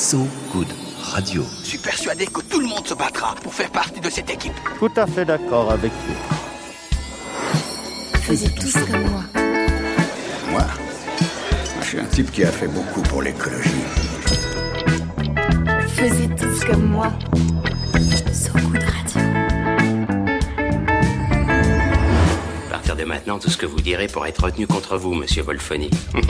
So Good Radio. Je suis persuadé que tout le monde se battra pour faire partie de cette équipe. Tout à fait d'accord avec vous. Faisiez tous comme moi. Moi, je suis un type qui a fait beaucoup pour l'écologie. Faisiez tous comme moi. So Good Radio. À partir de maintenant, tout ce que vous direz pourra être retenu contre vous, monsieur Wolfoni.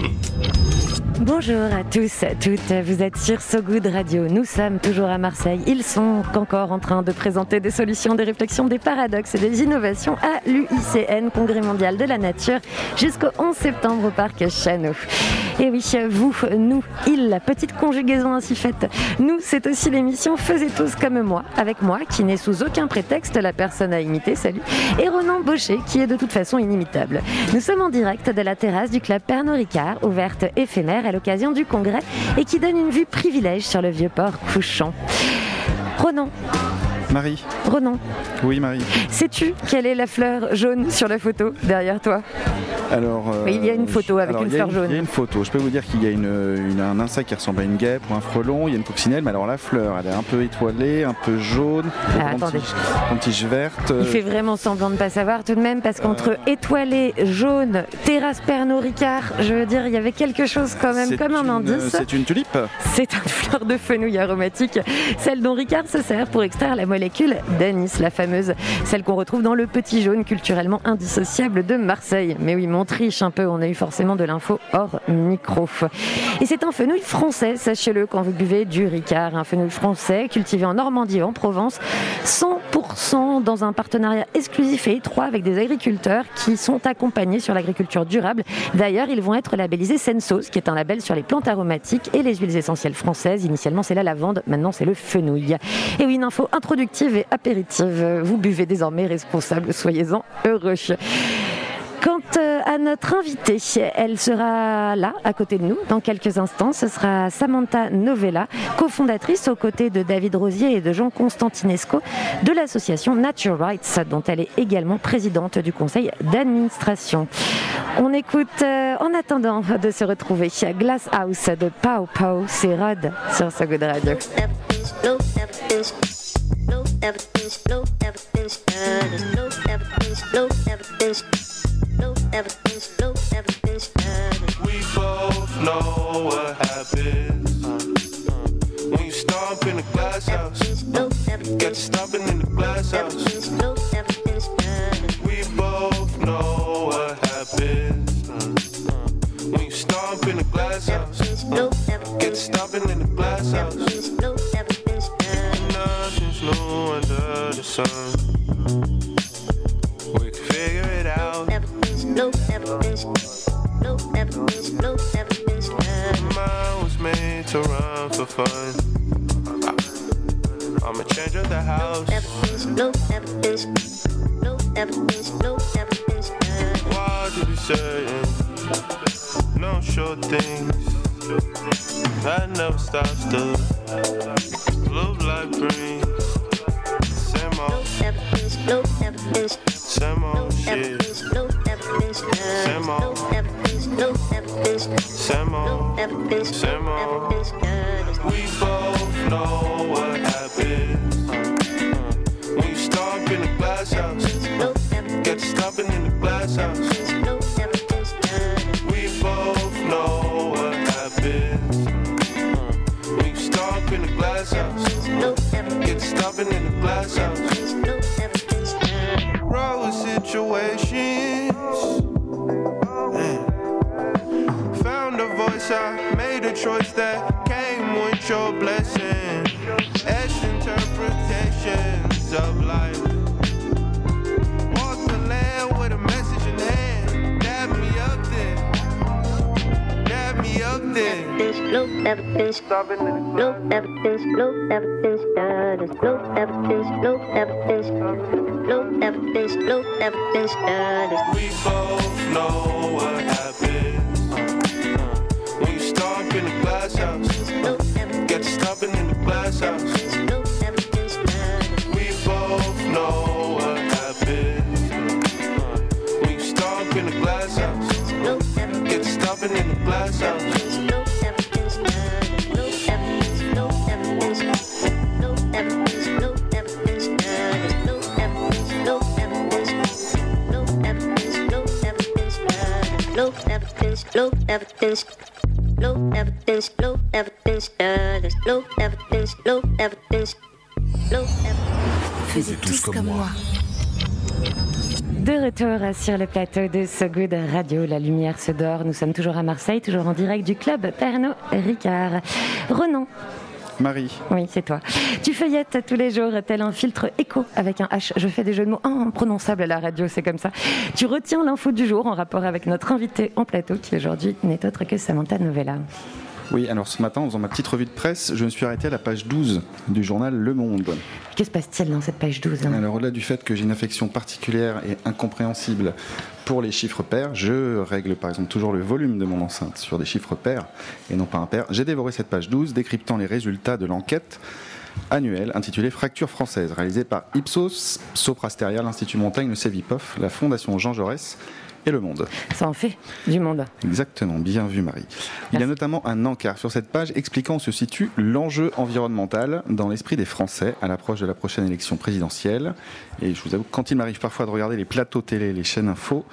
Bonjour à tous, à toutes, vous êtes sur So Good Radio. Nous sommes toujours à Marseille. Ils sont encore en train de présenter des solutions, des réflexions, des paradoxes et des innovations à l'UICN, Congrès mondial de la nature, jusqu'au 11 septembre au parc Chano. Et oui, vous, nous, il, petite conjugaison ainsi faite. Nous, c'est aussi l'émission Faisez tous comme moi, avec moi, qui n'est sous aucun prétexte la personne à imiter, salut, et Ronan Baucher, qui est de toute façon inimitable. Nous sommes en direct de la terrasse du club Pernod Ricard, ouverte éphémère à l'occasion du congrès, et qui donne une vue privilège sur le vieux port couchant. Ronan. Marie. Ronan. Oui, Marie. Sais-tu quelle est la fleur jaune sur la photo derrière toi ? Alors, oui, il y a une photo avec une fleur jaune. Il y a une photo. Je peux vous dire qu'il y a un insecte qui ressemble à une guêpe ou un frelon. Il y a une coccinelle, mais alors la fleur, elle est un peu étoilée, un peu jaune, attendez. Un tige verte. Il fait vraiment semblant de ne pas savoir tout de même, parce qu'entre étoilé, jaune, terrasse Pernod Ricard, je veux dire, il y avait quelque chose quand même comme un indice. C'est une tulipe. C'est une fleur de fenouil aromatique, celle dont Ricard se sert pour extraire la molécule d'anis, la fameuse, celle qu'on retrouve dans le petit jaune culturellement indissociable de Marseille. Mais oui, on triche un peu, on a eu forcément de l'info hors micro. Et c'est un fenouil français, sachez-le, quand vous buvez du Ricard, un fenouil français cultivé en Normandie, en Provence, 100% dans un partenariat exclusif et étroit avec des agriculteurs qui sont accompagnés sur l'agriculture durable. D'ailleurs, ils vont être labellisés Sensos, qui est un label sur les plantes aromatiques et les huiles essentielles françaises. Initialement, c'est la lavande, maintenant c'est le fenouil. Et oui, une info introductive et apéritive. Vous buvez désormais responsable, soyez-en heureux. Quant à notre invitée, elle sera là, à côté de nous, dans quelques instants. Ce sera Samantha Novella, cofondatrice aux côtés de David Rosier et de Jean Constantinesco de l'association Nature Rights, dont elle est également présidente du conseil d'administration. On écoute, en attendant de se retrouver, Glass House de Pow Pow, c'est Rod sur So Good Radio. We both know what happens when you stomp in the glass house. Get you stomping in the glass house. We both know what happens when you stomp in the glass house. Get you stomping in the glass house. Nothing's new under the sun. We can figure it out. Mine was made to run for fun. I'm a change of the house. Why to be certain? No sure things. That never stops the blue light green. Same old shit. Same old. Same old. We both know what happens when you stomp in the glass house. Get you stomping in the glass house. We both know what happens when you stomp in the glass house. Get you stomping in the glass house. Roll situations. Found a voice, I made a choice that came with your blessing. Etched interpretations of life. Walk the land with a message in hand. Dab me up there. Dab me up there. We both know what happens when you stomp in the glass house. Get you stomping in the glass house. We both know what happens when you stomp in the glass house. Get you stomping in the glass house. evidence, low evidence, low evidence, low evidence, low evidence, low evidence. Faisez tous comme moi. De retour sur le plateau de So Good Radio, la lumière se dort. Nous sommes toujours à Marseille, toujours en direct du club Pernod Ricard. Ronan. Marie. Oui, c'est toi. Tu feuillettes tous les jours, tel un filtre écho avec un H. Je fais des jeux de mots imprononçables à la radio, c'est comme ça. Tu retiens l'info du jour en rapport avec notre invité en plateau, qui aujourd'hui n'est autre que Samantha Novella. Oui, alors ce matin, en faisant ma petite revue de presse, je me suis arrêté à la page 12 du journal Le Monde. Que se passe-t-il dans cette page 12 ? Alors au-delà du fait que j'ai une affection particulière et incompréhensible pour les chiffres pairs, je règle par exemple toujours le volume de mon enceinte sur des chiffres pairs et non pas impairs. J'ai dévoré cette page 12 décryptant les résultats de l'enquête annuelle intitulée Fracture française, réalisée par Ipsos, Sopra Steria, l'Institut Montaigne, le Cevipof, la Fondation Jean Jaurès et Le Monde. Ça en fait du monde. Exactement, bien vu Marie. Il y a notamment un encart sur cette page expliquant où se situe l'enjeu environnemental dans l'esprit des Français à l'approche de la prochaine élection présidentielle. Et je vous avoue que quand il m'arrive parfois de regarder les plateaux télé, les chaînes info,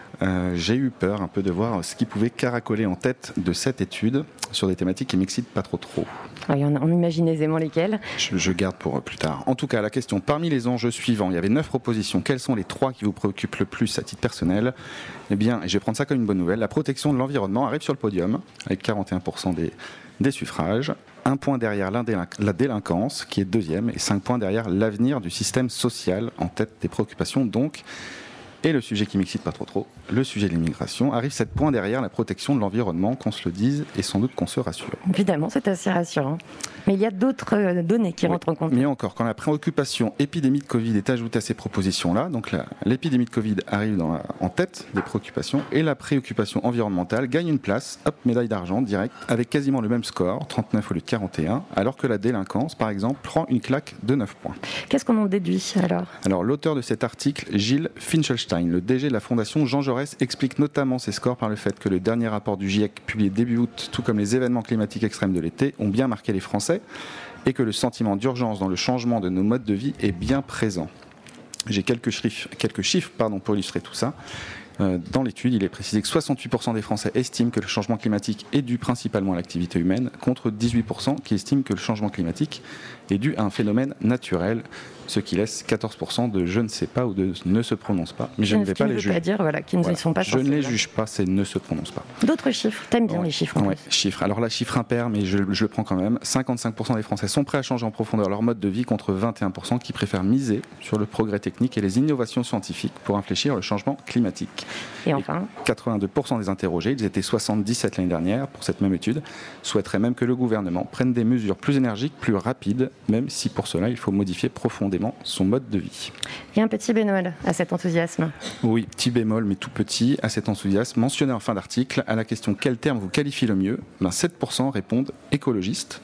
j'ai eu peur un peu de voir ce qui pouvait caracoler en tête de cette étude sur des thématiques qui m'excitent pas trop. Oui, on imagine aisément lesquelles. Je garde pour plus tard. En tout cas, la question, parmi les enjeux suivants, il y avait 9 propositions. Quels sont les 3 qui vous préoccupent le plus à titre personnel ? Eh bien, et je vais prendre ça comme une bonne nouvelle, la protection de l'environnement arrive sur le podium, avec 41% des suffrages. 1 point derrière la délinquance, qui est deuxième, et 5 points derrière l'avenir du système social, en tête des préoccupations donc. Et le sujet qui m'excite pas trop, le sujet de l'immigration, arrive 7 points derrière la protection de l'environnement, qu'on se le dise et sans doute qu'on se rassure. Évidemment, c'est assez rassurant. Mais il y a d'autres données qui rentrent en compte. Mais encore, quand la préoccupation épidémie de Covid est ajoutée à ces propositions-là, donc l'épidémie de Covid arrive en tête des préoccupations, et la préoccupation environnementale gagne une place, hop, médaille d'argent, direct, avec quasiment le même score, 39 au lieu de 41, alors que la délinquance, par exemple, prend une claque de 9 points. Qu'est-ce qu'on en déduit alors ? Alors, l'auteur de cet article, Gilles Finchelstein, le DG de la Fondation Jean Jaurès, explique notamment ces scores par le fait que le dernier rapport du GIEC publié début août, tout comme les événements climatiques extrêmes de l'été, ont bien marqué les Français et que le sentiment d'urgence dans le changement de nos modes de vie est bien présent. J'ai quelques chiffres pour illustrer tout ça. Dans l'étude, il est précisé que 68% des Français estiment que le changement climatique est dû principalement à l'activité humaine, contre 18% qui estiment que le changement climatique est dû à un phénomène naturel, ce qui laisse 14% de je ne sais pas ou de ne se prononce pas. Mais je ne vais pas les juger. Qui ne sont pas je ne les juge pas, c'est ne se prononce pas. D'autres chiffres, t'aimes bien les chiffres. Oui, chiffres. Alors là, chiffre impair, mais je le prends quand même. 55% des Français sont prêts à changer en profondeur leur mode de vie, contre 21% qui préfèrent miser sur le progrès technique et les innovations scientifiques pour infléchir le changement climatique. Et enfin, 82% des interrogés, ils étaient 77 l'année dernière pour cette même étude, souhaiteraient même que le gouvernement prenne des mesures plus énergiques, plus rapides, même si pour cela il faut modifier profondément son mode de vie. Il y a un petit bémol à cet enthousiasme. Oui, petit bémol mais tout petit à cet enthousiasme. Mentionné en fin d'article, à la question quel terme vous qualifie le mieux, 7% répondent écologiste,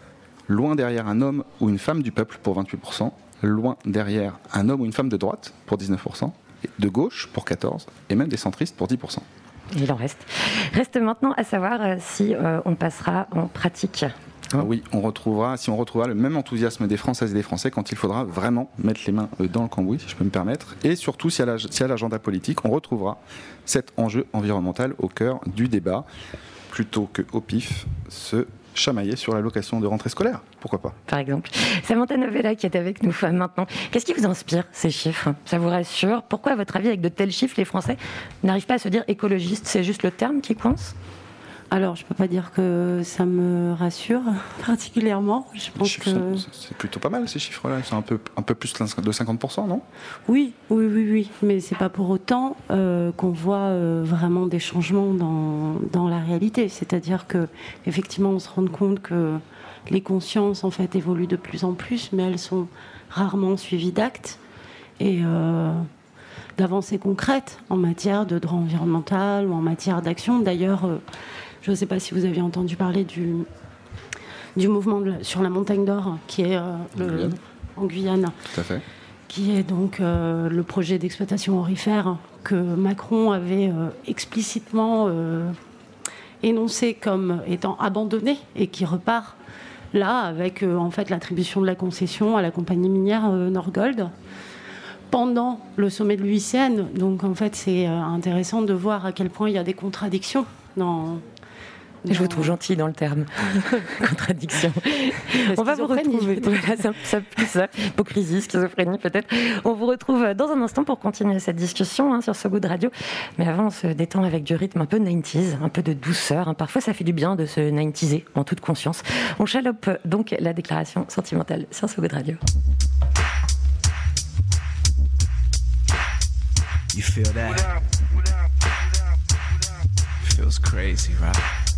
loin derrière un homme ou une femme du peuple pour 28%, loin derrière un homme ou une femme de droite pour 19%, de gauche pour 14% et même des centristes pour 10%. Il en reste. Reste maintenant à savoir si on passera en pratique. Oui, si on retrouvera le même enthousiasme des Françaises et des Français quand il faudra vraiment mettre les mains dans le cambouis, si je peux me permettre. Et surtout, si à l'agenda politique, on retrouvera cet enjeu environnemental au cœur du débat, plutôt que au pif se chamailler sur l'allocation de rentrée scolaire. Pourquoi pas ? Par exemple. Samantha Novella qui est avec nous maintenant. Qu'est-ce qui vous inspire, ces chiffres ? Ça vous rassure ? Pourquoi, à votre avis, avec de tels chiffres, les Français n'arrivent pas à se dire écologiste ? C'est juste le terme qui coince ? Alors, je ne peux pas dire que ça me rassure particulièrement. Je pense que c'est plutôt pas mal, ces chiffres-là. Ils sont un peu plus de 50%, non ? Oui. Mais ce n'est pas pour autant qu'on voit vraiment des changements dans la réalité. C'est-à-dire qu'effectivement, on se rend compte que les consciences, en fait, évoluent de plus en plus, mais elles sont rarement suivies d'actes et d'avancées concrètes en matière de droit environnemental ou en matière d'action. D'ailleurs, je ne sais pas si vous avez entendu parler du mouvement sur la montagne d'or qui est en Guyane. Tout à fait. Qui est donc le projet d'exploitation aurifère que Macron avait explicitement énoncé comme étant abandonné et qui repart là avec en fait l'attribution de la concession à la compagnie minière Norgold pendant le sommet de l'UICN. Donc en fait c'est intéressant de voir à quel point il y a des contradictions Je vous trouve gentil dans le terme. Contradiction. On va vous retrouver. Voilà, ça, hypocrisie, schizophrénie peut-être. On vous retrouve dans un instant pour continuer cette discussion sur So Good Radio. Mais avant, on se détend avec du rythme un peu 90s, un peu de douceur. Parfois, ça fait du bien de se 90ser en toute conscience. On chalope donc la déclaration sentimentale sur So Good Radio. You feel that? It feels crazy, right?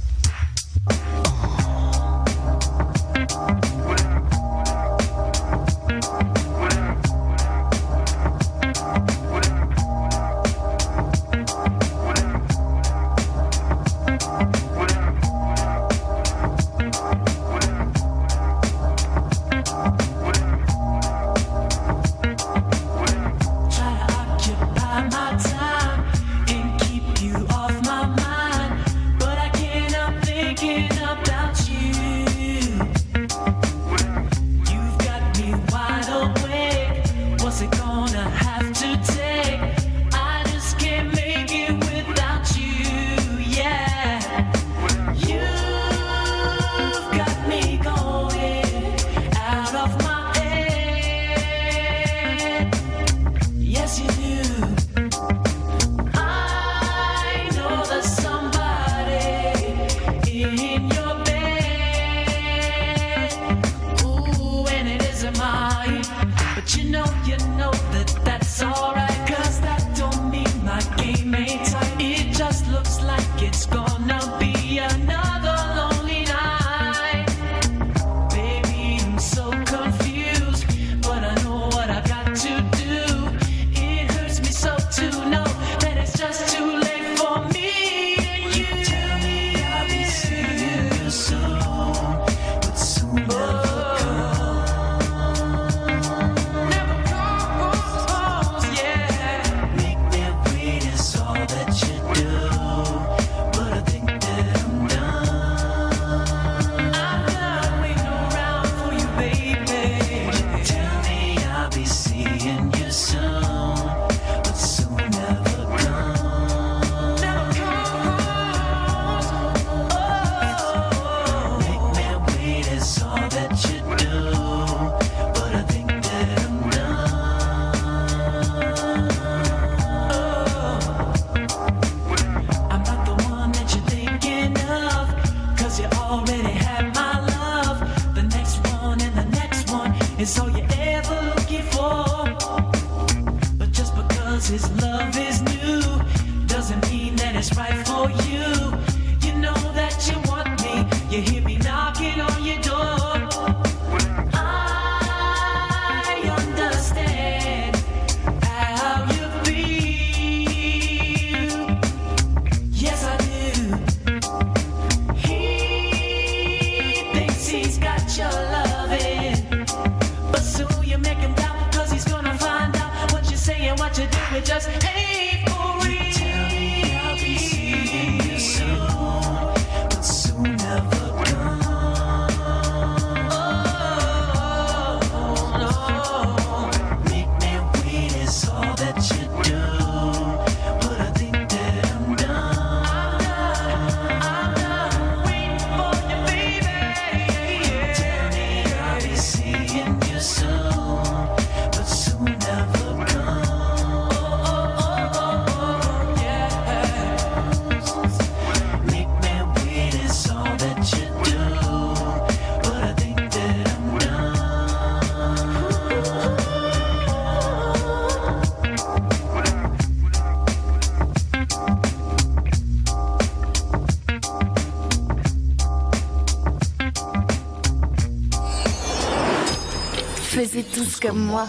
Faisez tous comme moi.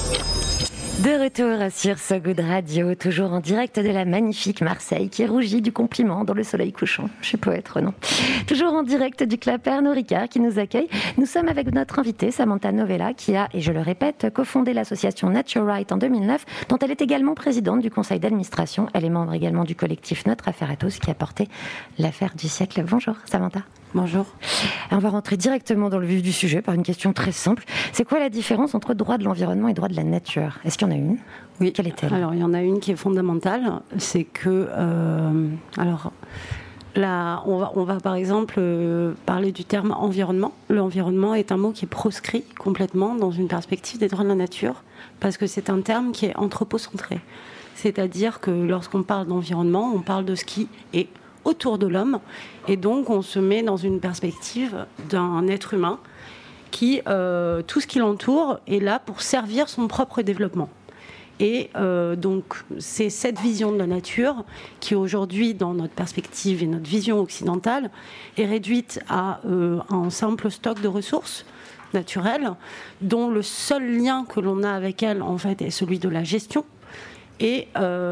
De retour sur So Good Radio, toujours en direct de la magnifique Marseille qui rougit du compliment dans le soleil couchant. Je suis poète, non. Toujours en direct du Club Pernod Ricard qui nous accueille. Nous sommes avec notre invitée Samantha Novella qui a, et je le répète, cofondé l'association Nature Right en 2009, dont elle est également présidente du conseil d'administration. Elle est membre également du collectif Notre Affaire à tous qui a porté l'affaire du siècle. Bonjour Samantha. Bonjour. On va rentrer directement dans le vif du sujet par une question très simple. C'est quoi la différence entre droit de l'environnement et droit de la nature ? Est-ce qu'il y en a une ? Oui. Quelle est-elle ? Alors, il y en a une qui est fondamentale. C'est que... Là, on va par exemple parler du terme environnement. L'environnement est un mot qui est proscrit complètement dans une perspective des droits de la nature, parce que c'est un terme qui est anthropocentré. C'est-à-dire que lorsqu'on parle d'environnement, on parle de ce qui est autour de l'homme, et donc on se met dans une perspective d'un être humain qui, tout ce qui l'entoure, est là pour servir son propre développement. Et donc, c'est cette vision de la nature qui, aujourd'hui, dans notre perspective et notre vision occidentale, est réduite à un simple stock de ressources naturelles, dont le seul lien que l'on a avec elles, en fait, est celui de la gestion, et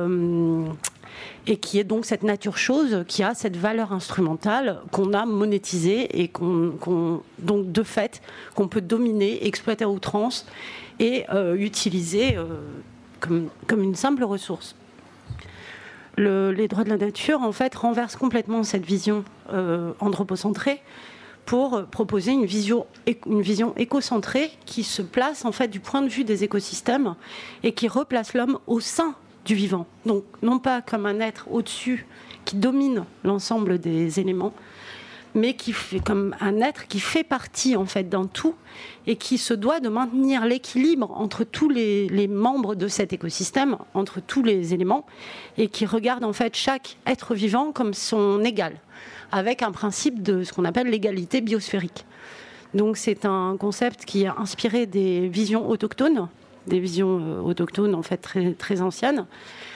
qui est donc cette nature chose qui a cette valeur instrumentale qu'on a monétisée et donc, de fait, qu'on peut dominer, exploiter à outrance et utiliser comme une simple ressource. Les droits de la nature, en fait, renversent complètement cette vision anthropocentrée pour proposer une vision écocentrée qui se place, en fait, du point de vue des écosystèmes et qui replace l'homme au sein du vivant. Donc, non pas comme un être au-dessus qui domine l'ensemble des éléments, mais qui fait comme un être qui fait partie, en fait, d'un tout et qui se doit de maintenir l'équilibre entre tous les membres de cet écosystème, entre tous les éléments, et qui regarde, en fait, chaque être vivant comme son égal, avec un principe de ce qu'on appelle l'égalité biosphérique. Donc c'est un concept qui est inspiré des visions autochtones, en fait, très, très anciennes,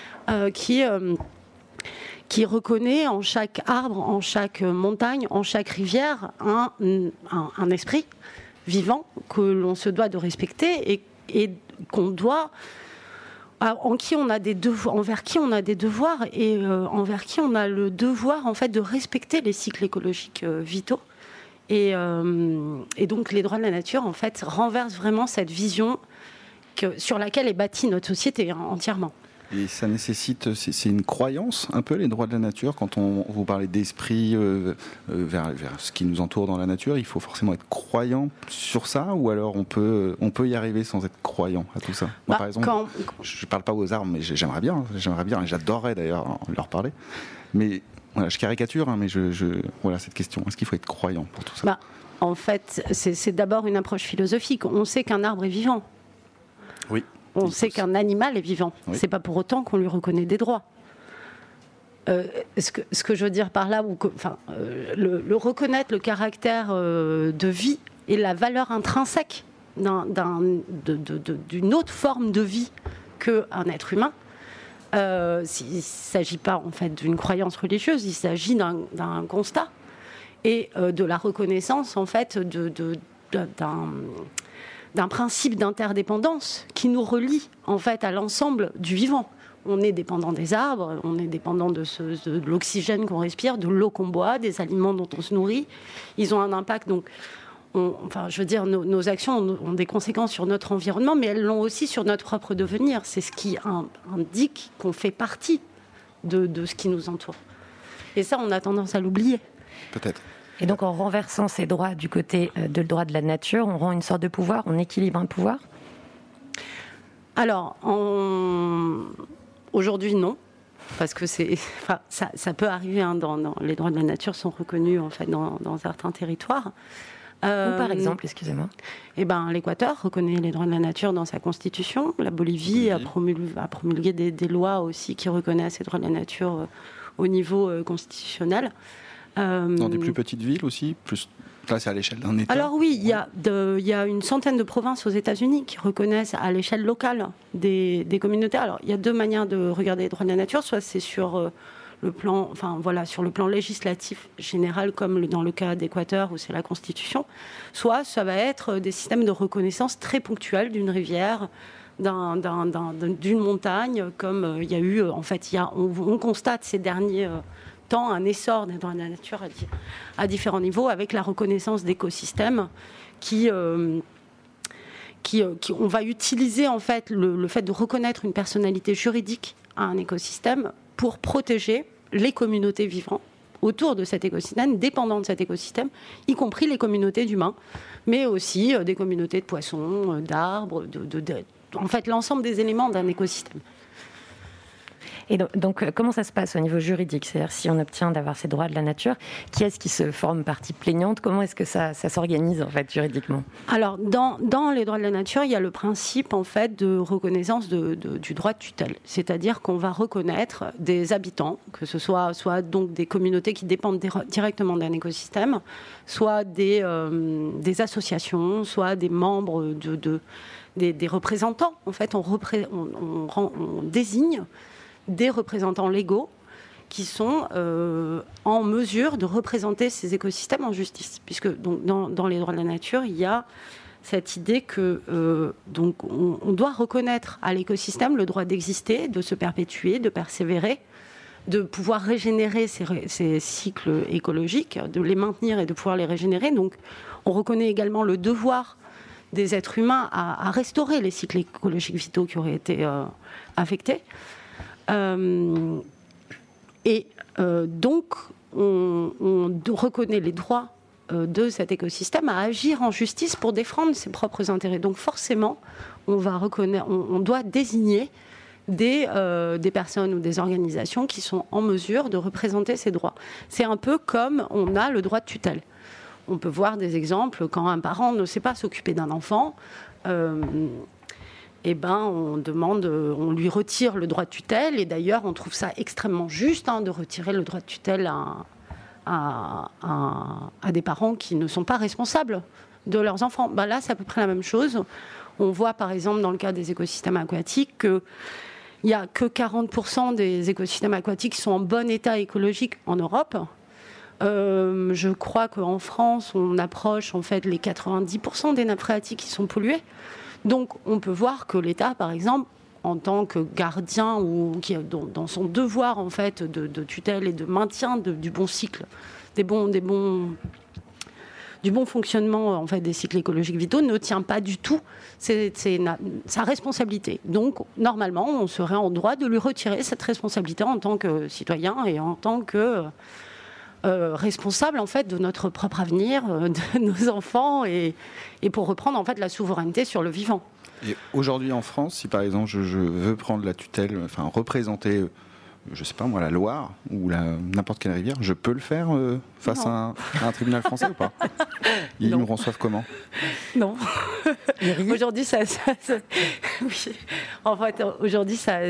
qui reconnaît en chaque arbre, en chaque montagne, en chaque rivière, un esprit vivant que l'on se doit de respecter et qu'on doit, envers qui on a des devoirs et envers qui on a le devoir, en fait, de respecter les cycles écologiques vitaux. Et donc les droits de la nature, en fait, renversent vraiment cette vision sur laquelle est bâtie notre société entièrement. Et ça nécessite, c'est une croyance un peu, les droits de la nature. Quand vous parlez d'esprit vers ce qui nous entoure dans la nature, il faut forcément être croyant sur ça, ou alors on peut y arriver sans être croyant à tout ça. Moi, par exemple, je parle pas aux arbres, mais j'aimerais bien, et j'adorerais d'ailleurs leur parler. Mais voilà, je caricature, mais voilà cette question. Est-ce qu'il faut être croyant pour tout ça ? En fait, c'est d'abord une approche philosophique. On sait qu'un arbre est vivant. Oui. On sait qu'un animal est vivant. Oui. C'est pas pour autant qu'on lui reconnaît des droits. Ce que je veux dire par là, le reconnaître le caractère de vie et la valeur intrinsèque d'une autre forme de vie qu'un être humain. Il ne s'agit pas, en fait, d'une croyance religieuse, il s'agit d'un constat et de la reconnaissance, en fait, d'un principe d'interdépendance qui nous relie, en fait, à l'ensemble du vivant. On est dépendant des arbres, on est dépendant de l'oxygène qu'on respire, de l'eau qu'on boit, des aliments dont on se nourrit. Ils ont un impact, donc, nos actions ont des conséquences sur notre environnement, mais elles l'ont aussi sur notre propre devenir. C'est ce qui indique qu'on fait partie de ce qui nous entoure. Et ça, on a tendance à l'oublier. Peut-être. Et donc, en renversant ces droits du côté de le droit de la nature, on rend une sorte de pouvoir, on équilibre un pouvoir ? Alors, aujourd'hui, non. Parce que ça peut arriver, dans les droits de la nature sont reconnus, en fait, dans certains territoires. Ou par exemple, excusez-moi. L'Équateur reconnaît les droits de la nature dans sa constitution. La Bolivie a promulgué des lois aussi qui reconnaissent ces droits de la nature au niveau constitutionnel. Dans des plus petites villes aussi, là c'est à l'échelle d'un État. Alors oui, il y a une centaine de provinces aux États-Unis qui reconnaissent à l'échelle locale des communautés. Alors il y a deux manières de regarder les droits de la nature, soit c'est sur le plan législatif général, comme dans le cas d'Équateur où c'est la Constitution, soit ça va être des systèmes de reconnaissance très ponctuels d'une rivière, d'une montagne, comme il y a eu, en fait, on constate ces derniers temps un essor des droits de la nature à différents niveaux, avec la reconnaissance d'écosystèmes qui on va utiliser, en fait, le fait de reconnaître une personnalité juridique à un écosystème pour protéger les communautés vivantes autour de cet écosystème, dépendant de cet écosystème, y compris les communautés d'humains, mais aussi des communautés de poissons, d'arbres, en fait l'ensemble des éléments d'un écosystème. Et donc, comment ça se passe au niveau juridique ? C'est-à-dire, si on obtient d'avoir ces droits de la nature, qui est-ce qui se forme partie plaignante ? Comment est-ce que ça s'organise, en fait, juridiquement ? Alors, dans les droits de la nature, il y a le principe, en fait, de reconnaissance du droit de tutelle. C'est-à-dire qu'on va reconnaître des habitants, que ce soit donc des communautés qui dépendent directement d'un écosystème, soit des associations, soit des membres des représentants. En fait, on désigne des représentants légaux qui sont en mesure de représenter ces écosystèmes en justice. Puisque donc, dans les droits de la nature, il y a cette idée que donc on doit reconnaître à l'écosystème le droit d'exister, de se perpétuer, de persévérer, de pouvoir régénérer ces cycles écologiques, de les maintenir et de pouvoir les régénérer. Donc on reconnaît également le devoir des êtres humains à restaurer les cycles écologiques vitaux qui auraient été affectés. Donc, on reconnaît les droits de cet écosystème à agir en justice pour défendre ses propres intérêts. Donc, forcément, on doit désigner des personnes ou des organisations qui sont en mesure de représenter ces droits. C'est un peu comme on a le droit de tutelle. On peut voir des exemples quand un parent ne sait pas s'occuper d'un enfant. On lui retire le droit de tutelle, et d'ailleurs on trouve ça extrêmement juste de retirer le droit de tutelle à des parents qui ne sont pas responsables de leurs enfants. Là c'est à peu près la même chose. On voit par exemple dans le cas des écosystèmes aquatiques qu'il n'y a que 40% des écosystèmes aquatiques qui sont en bon état écologique en Europe. Je crois qu'en France on approche en fait les 90% des nappes phréatiques qui sont polluées. Donc, on peut voir que l'État, par exemple, en tant que gardien ou qui est dans son devoir en fait de tutelle et de maintien du bon cycle, du bon fonctionnement en fait des cycles écologiques vitaux, ne tient pas du tout sa responsabilité. Donc, normalement, on serait en droit de lui retirer cette responsabilité en tant que citoyen et en tant que responsable en fait de notre propre avenir, de nos enfants et pour reprendre en fait la souveraineté sur le vivant. Et aujourd'hui en France, si par exemple je veux prendre la tutelle, enfin représenter, je sais pas moi, la Loire ou n'importe quelle rivière, je peux le faire face à un tribunal français ou pas ? Ils nous reçoivent comment ? Non. Aujourd'hui, oui. En fait, aujourd'hui, ça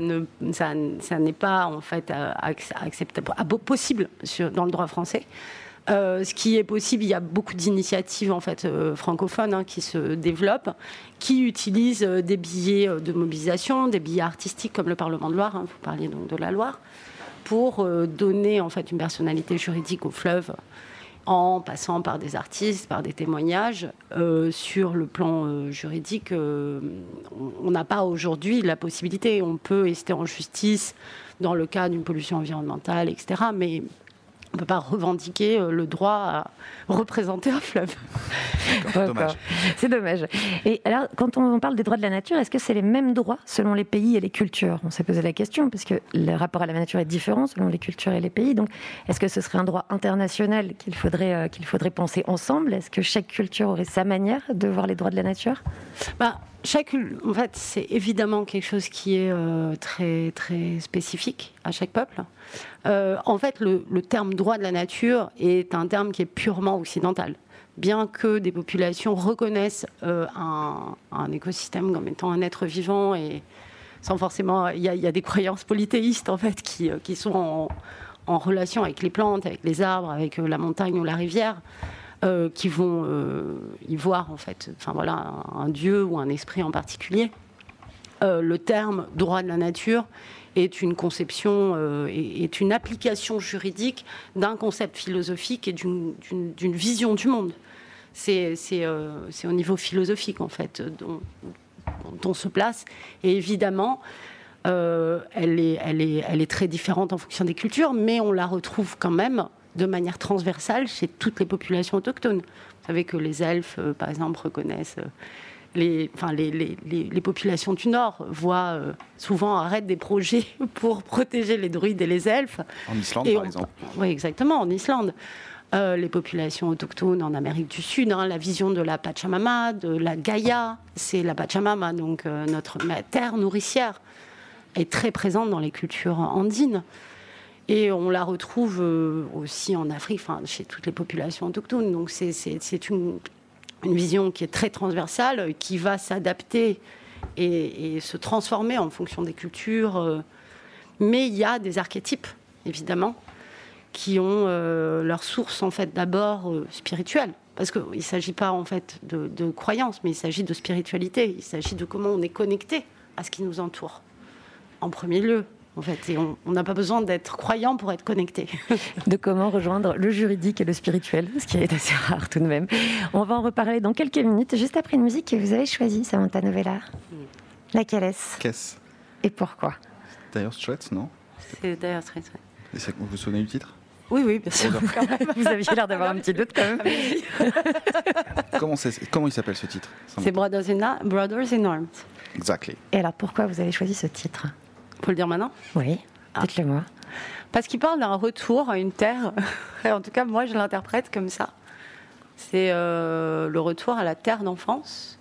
n'est pas en fait acceptable, possible dans le droit français. Ce qui est possible, il y a beaucoup d'initiatives en fait francophones qui se développent, qui utilisent des billets de mobilisation, des billets artistiques comme le Parlement de Loire. Vous parliez donc de la Loire, pour donner en fait une personnalité juridique au fleuve, en passant par des artistes, par des témoignages. Sur le plan juridique, on n'a pas aujourd'hui la possibilité. On peut rester en justice dans le cas d'une pollution environnementale, etc. Mais on ne peut pas revendiquer le droit à représenter un fleuve. Dommage. C'est dommage. Et alors, quand on parle des droits de la nature, est-ce que c'est les mêmes droits selon les pays et les cultures ? On s'est posé la question, parce que le rapport à la nature est différent selon les cultures et les pays. Donc, est-ce que ce serait un droit international qu'il faudrait penser ensemble ? Est-ce que chaque culture aurait sa manière de voir les droits de la nature ? En fait, c'est évidemment quelque chose qui est très, très spécifique à chaque peuple. En fait, le terme droit de la nature est un terme qui est purement occidental. Bien que des populations reconnaissent un écosystème comme étant un être vivant, et sans forcément, il y a des croyances polythéistes en fait qui sont en relation avec les plantes, avec les arbres, avec la montagne ou la rivière. Qui vont y voir en fait, un dieu ou un esprit en particulier. Le terme droit de la nature est une conception, est une application juridique d'un concept philosophique et d'une vision du monde. C'est au niveau philosophique en fait dont on se place. Et évidemment, elle est très différente en fonction des cultures, mais on la retrouve quand même de manière transversale chez toutes les populations autochtones. Vous savez que les elfes, par exemple, reconnaissent les populations du Nord, arrêtent des projets pour protéger les druides et les elfes. En Islande, par exemple. Oui, exactement, en Islande. Les populations autochtones en Amérique du Sud, la vision de la Pachamama, de la Gaïa, c'est la Pachamama, donc notre terre nourricière. est très présente dans les cultures andines. Et on la retrouve aussi en Afrique, chez toutes les populations autochtones. Donc c'est une vision qui est très transversale, qui va s'adapter et se transformer en fonction des cultures. Mais il y a des archétypes, évidemment, qui ont leur source, en fait, d'abord spirituelle. Parce qu'il ne s'agit pas, en fait, de croyance, mais il s'agit de spiritualité. Il s'agit de comment on est connecté à ce qui nous entoure, en premier lieu. En fait, et on n'a pas besoin d'être croyant pour être connecté. De comment rejoindre le juridique et le spirituel, ce qui est assez rare tout de même. On va en reparler dans quelques minutes, juste après une musique que vous avez choisie, Samantha Novella. Laquelle est-ce ? Qu'est-ce ? Et pourquoi ? Dire Straits, non ? C'est Dire Straits, oui. Vous vous souvenez du titre ? Oui, bien sûr. Quand même. Vous aviez l'air d'avoir un petit doute quand même. Comment il s'appelle ce titre ? C'est Brothers in Arms. Exactly. Et alors pourquoi vous avez choisi ce titre ? Faut le dire maintenant ? Oui, dites-le moi. Parce qu'il parle d'un retour à une terre. En tout cas, moi, je l'interprète comme ça. C'est le retour à la terre d'enfance,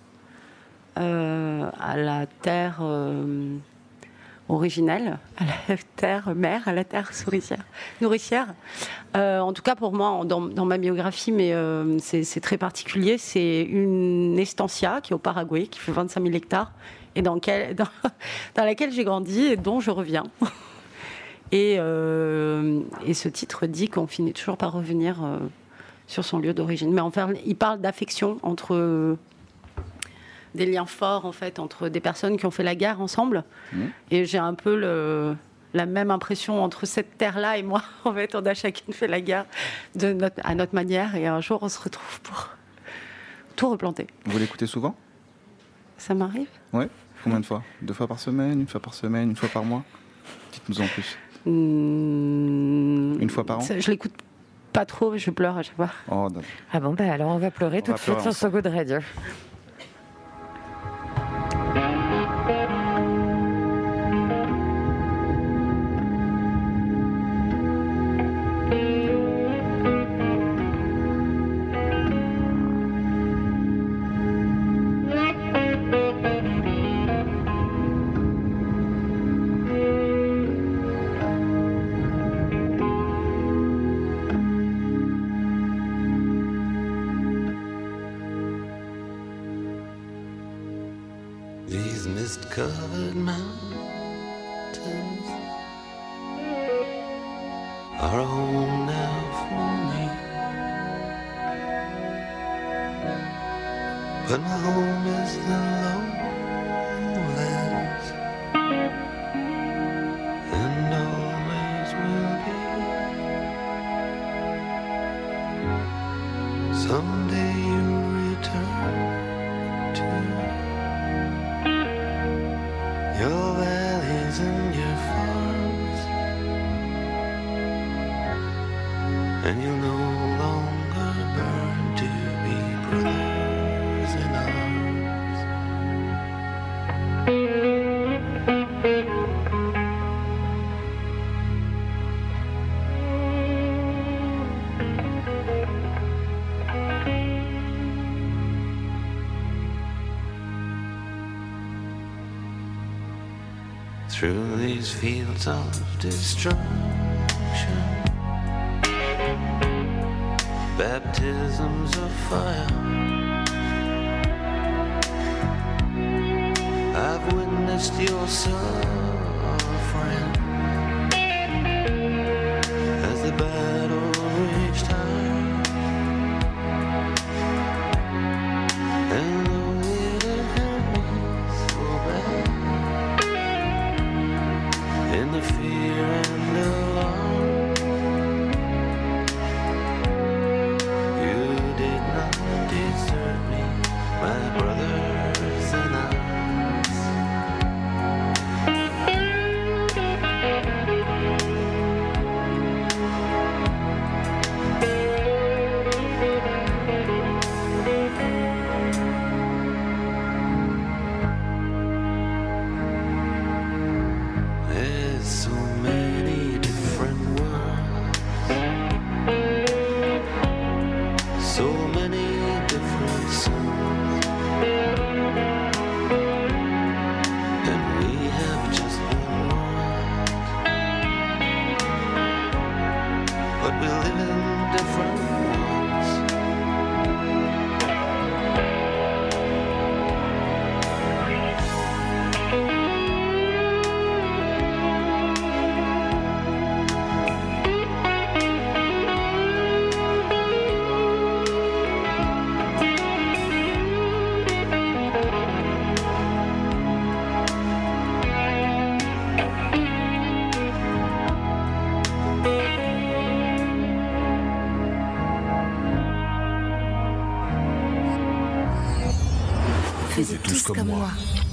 à la terre originelle, à la terre mère, à la terre nourricière. En tout cas, pour moi, dans ma biographie, mais c'est très particulier, c'est une estancia qui est au Paraguay, qui fait 25 000 hectares, et dans laquelle j'ai grandi et dont je reviens. Et ce titre dit qu'on finit toujours par revenir sur son lieu d'origine. Mais enfin, il parle d'affection entre des liens forts, en fait, entre des personnes qui ont fait la guerre ensemble. Et j'ai un peu la même impression entre cette terre-là et moi. En fait, on a chacune fait la guerre à notre manière. Et un jour, on se retrouve pour tout replanter. Vous l'écoutez souvent ? Ça m'arrive ? Ouais. Combien de fois ? 2 fois par semaine, 1 fois par semaine, 1 fois par mois ? Dites-nous en plus. 1 fois par an ? Je l'écoute pas trop, je pleure à chaque fois. Oh, ah bon, alors on va pleurer tout de suite sur So Good Radio. Covered mountains are a home now for me, but my home is the lowlands and always will be. Someday you'll return to your valleys and your farms, and you'll no longer burn to be brothers in arms. Through these fields of destruction, baptisms of fire, I've witnessed your suffering as the battle raged high, and though it hurt me so bad, in the fear and alarm, you did not desert me, my brothers in arms. There's so many different worlds, so many different suns, and we have just one Faisiez tous comme moi.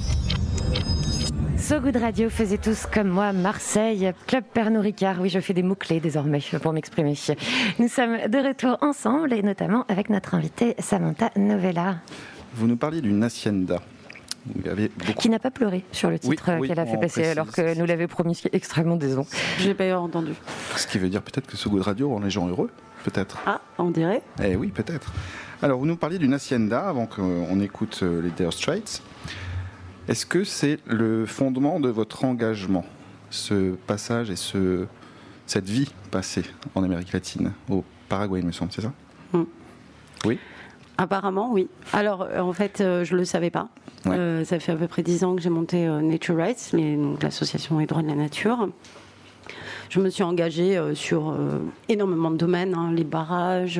So Good Radio faisait tous comme moi, Marseille, Club Pernod Ricard. Oui, je fais des mots-clés désormais pour m'exprimer. Nous sommes de retour ensemble et notamment avec notre invitée Samantha Novella. Vous nous parliez d'une hacienda. Qui n'a pas pleuré sur le titre qu'elle a fait passer alors que nous l'avait promis, ce qui est extrêmement décevant. Je n'ai pas entendu. Ce qui veut dire peut-être que So Good Radio rend les gens heureux, peut-être. Ah, on dirait. Eh oui, peut-être. Alors, vous nous parliez d'une hacienda avant qu'on écoute les Dire Straits. Est-ce que c'est le fondement de votre engagement, ce passage et cette vie passée en Amérique latine, au Paraguay, il me semble, c'est ça ? Oui. Apparemment, oui. Alors, en fait, je ne le savais pas. Ouais. Ça fait à peu près 10 ans que j'ai monté Nature Rights, donc l'association des droits de la nature. Je me suis engagée sur énormément de domaines, les barrages,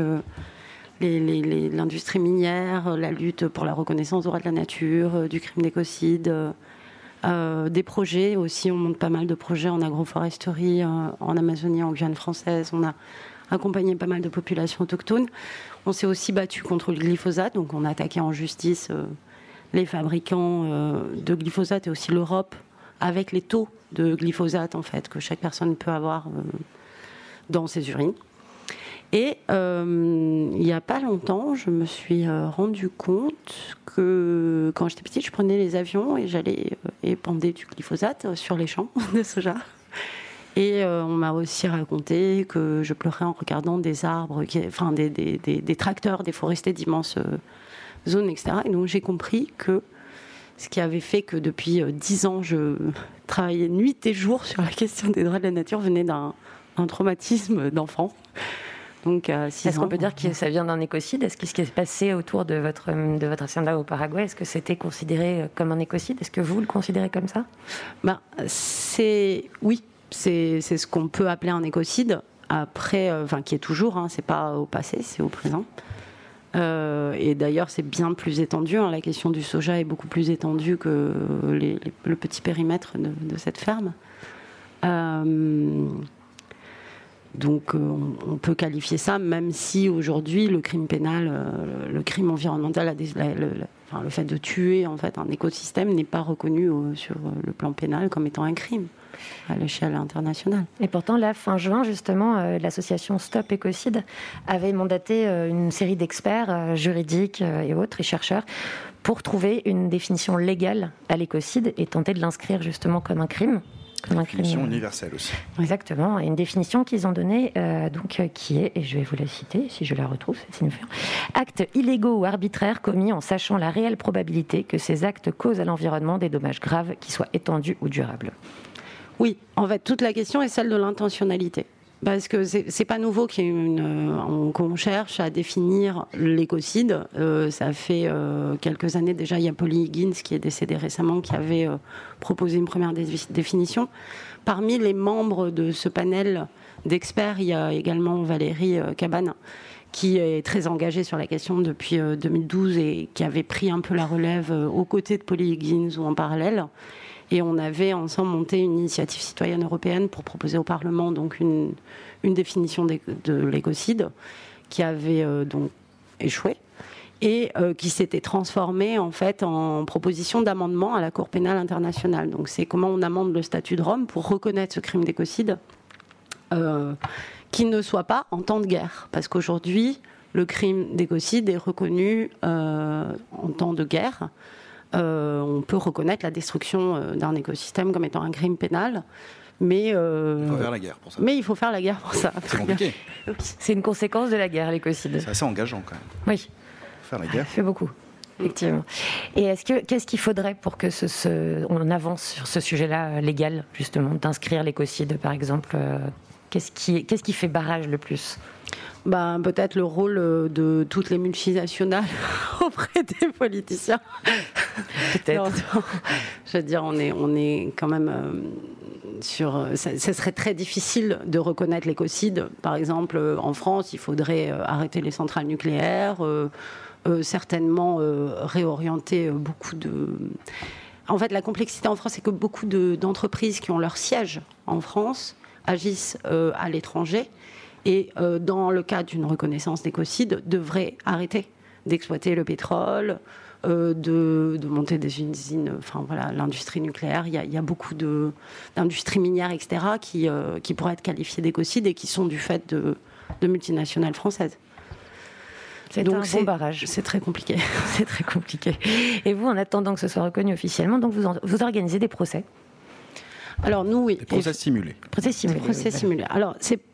l'industrie minière, la lutte pour la reconnaissance des droits de la nature, du crime d'écocide, des projets aussi. On monte pas mal de projets en agroforesterie, en Amazonie, en Guyane française. On a accompagné pas mal de populations autochtones. On s'est aussi battu contre le glyphosate, donc on a attaqué en justice les fabricants de glyphosate et aussi l'Europe avec les taux de glyphosate en fait que chaque personne peut avoir dans ses urines. Et il n'y a pas longtemps, je me suis rendu compte que quand j'étais petite, je prenais les avions et j'allais épandre du glyphosate sur les champs de soja. Et on m'a aussi raconté que je pleurais en regardant des arbres, des tracteurs déforestés d'immenses zones, etc. Et donc j'ai compris que ce qui avait fait que depuis 10 ans, je travaillais nuit et jour sur la question des droits de la nature venait d'un traumatisme d'enfant. Donc, est-ce qu'on peut dire que ça vient d'un écocide ? Est-ce que ce qui s'est passé autour de votre hacienda au Paraguay, est-ce que c'était considéré comme un écocide ? Est-ce que vous le considérez comme ça ? Oui. C'est ce qu'on peut appeler un écocide, après, qui est toujours, c'est pas au passé, c'est au présent. Et d'ailleurs, c'est bien plus étendu. La question du soja est beaucoup plus étendue que le petit périmètre de cette ferme. Donc, on peut qualifier ça, même si aujourd'hui, le crime pénal, le crime environnemental, le fait de tuer en fait un écosystème n'est pas reconnu sur le plan pénal comme étant un crime à l'échelle internationale. Et pourtant, là, fin juin, justement, l'association Stop Écocide avait mandaté une série d'experts juridiques et autres, et chercheurs, pour trouver une définition légale à l'écocide et tenter de l'inscrire justement comme un crime. Une définition universelle aussi. Exactement, et une définition qu'ils ont donnée, qui est, et je vais vous la citer, si je la retrouve, c'est signifiant, actes illégaux ou arbitraires commis en sachant la réelle probabilité que ces actes causent à l'environnement des dommages graves qui soient étendus ou durables. Oui, en fait, toute la question est celle de l'intentionnalité. Parce que c'est pas nouveau qu'on cherche à définir l'écocide. Ça fait quelques années déjà, il y a Polly Higgins qui est décédée récemment, qui avait proposé une première définition. Parmi les membres de ce panel d'experts, il y a également Valérie Cabane, qui est très engagée sur la question depuis 2012 et qui avait pris un peu la relève aux côtés de Polly Higgins ou en parallèle. Et on avait ensemble monté une initiative citoyenne européenne pour proposer au Parlement donc une définition de l'écocide qui avait donc échoué et qui s'était transformée en fait en proposition d'amendement à la Cour pénale internationale. Donc c'est comment on amende le statut de Rome pour reconnaître ce crime d'écocide qui ne soit pas en temps de guerre. Parce qu'aujourd'hui, le crime d'écocide est reconnu en temps de guerre. On peut reconnaître la destruction d'un écosystème comme étant un crime pénal, mais il faut faire la guerre pour ça. Mais il faut faire la guerre pour ça. C'est compliqué. C'est une conséquence de la guerre, l'écocide. C'est assez engageant quand même. Oui. Faire la guerre. Ça fait beaucoup. Effectivement. Et qu'est-ce qu'il faudrait pour que on avance sur ce sujet-là légal, justement, d'inscrire l'écocide, par exemple Qu'est-ce qui fait barrage le plus ? Peut-être le rôle de toutes les multinationales auprès des politiciens. Peut-être. Non, je veux dire, on est quand même sur. Ce serait très difficile de reconnaître l'écocide. Par exemple, en France, il faudrait arrêter les centrales nucléaires, certainement réorienter beaucoup de. En fait, la complexité en France, c'est que beaucoup d'entreprises qui ont leur siège en France agissent à l'étranger. Et dans le cas d'une reconnaissance d'écocide, devraient arrêter d'exploiter le pétrole de monter des usines, enfin voilà, l'industrie nucléaire. Il y a beaucoup d'industries minières, etc., qui pourraient être qualifiées d'écocides et qui sont du fait de multinationales françaises. C'est un bon barrage. C'est très compliqué. C'est très compliqué. Et vous, en attendant que ce soit reconnu officiellement, donc vous organisez des procès? Alors nous, oui. Des procès simulés. Procès simulés. Alors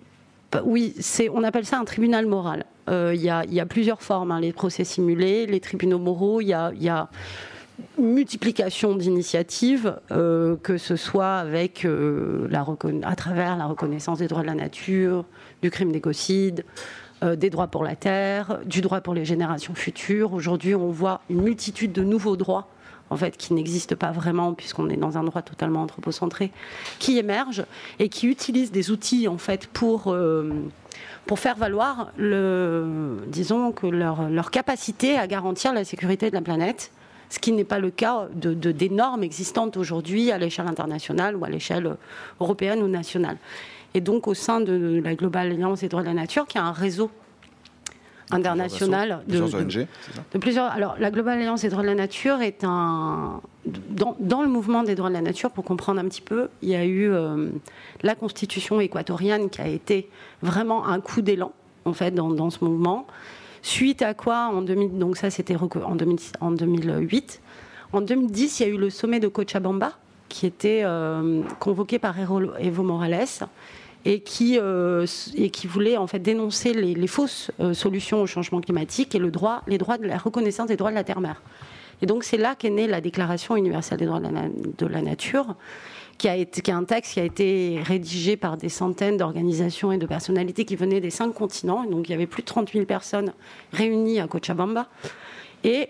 on appelle ça un tribunal moral. Il y a plusieurs formes, hein, les procès simulés, les tribunaux moraux. Il y a multiplication d'initiatives, que ce soit avec à travers la reconnaissance des droits de la nature, du crime d'écocide, des droits pour la terre, du droit pour les générations futures. Aujourd'hui, on voit une multitude de nouveaux droits, en fait, qui n'existent pas vraiment, puisqu'on est dans un droit totalement anthropocentré, qui émergent et qui utilisent des outils, en fait, pour faire valoir disons que leur capacité à garantir la sécurité de la planète, ce qui n'est pas le cas des normes existantes aujourd'hui à l'échelle internationale ou à l'échelle européenne ou nationale. Et donc, au sein de la Global Alliance des droits de la nature, qui a un réseau international plusieurs ONG, c'est ça ? de plusieurs. Alors, la Global Alliance des droits de la nature est dans le mouvement des droits de la nature. Pour comprendre un petit peu, il y a eu la Constitution équatorienne qui a été vraiment un coup d'élan, en fait, dans ce mouvement. Suite à quoi, donc ça c'était en 2008. En 2010, il y a eu le sommet de Cochabamba qui était convoqué par Evo Morales et qui voulait en fait dénoncer les fausses solutions au changement climatique et les droits de la reconnaissance des droits de la terre-mère. Et donc c'est là qu'est née la Déclaration universelle des droits de la nature, qui est un texte qui a été rédigé par des centaines d'organisations et de personnalités qui venaient des 5 continents. Donc il y avait plus de 30 000 personnes réunies à Cochabamba. Et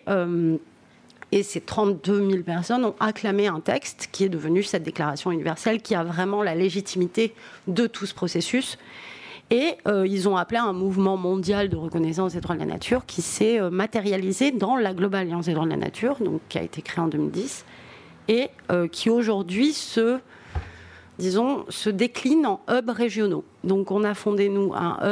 ces 32 000 personnes ont acclamé un texte qui est devenu cette déclaration universelle qui a vraiment la légitimité de tout ce processus. Et ils ont appelé un mouvement mondial de reconnaissance des droits de la nature qui s'est matérialisé dans la Global Alliance des droits de la nature, donc, qui a été créée en 2010, et qui aujourd'hui se décline en hubs régionaux. Donc on a fondé, nous,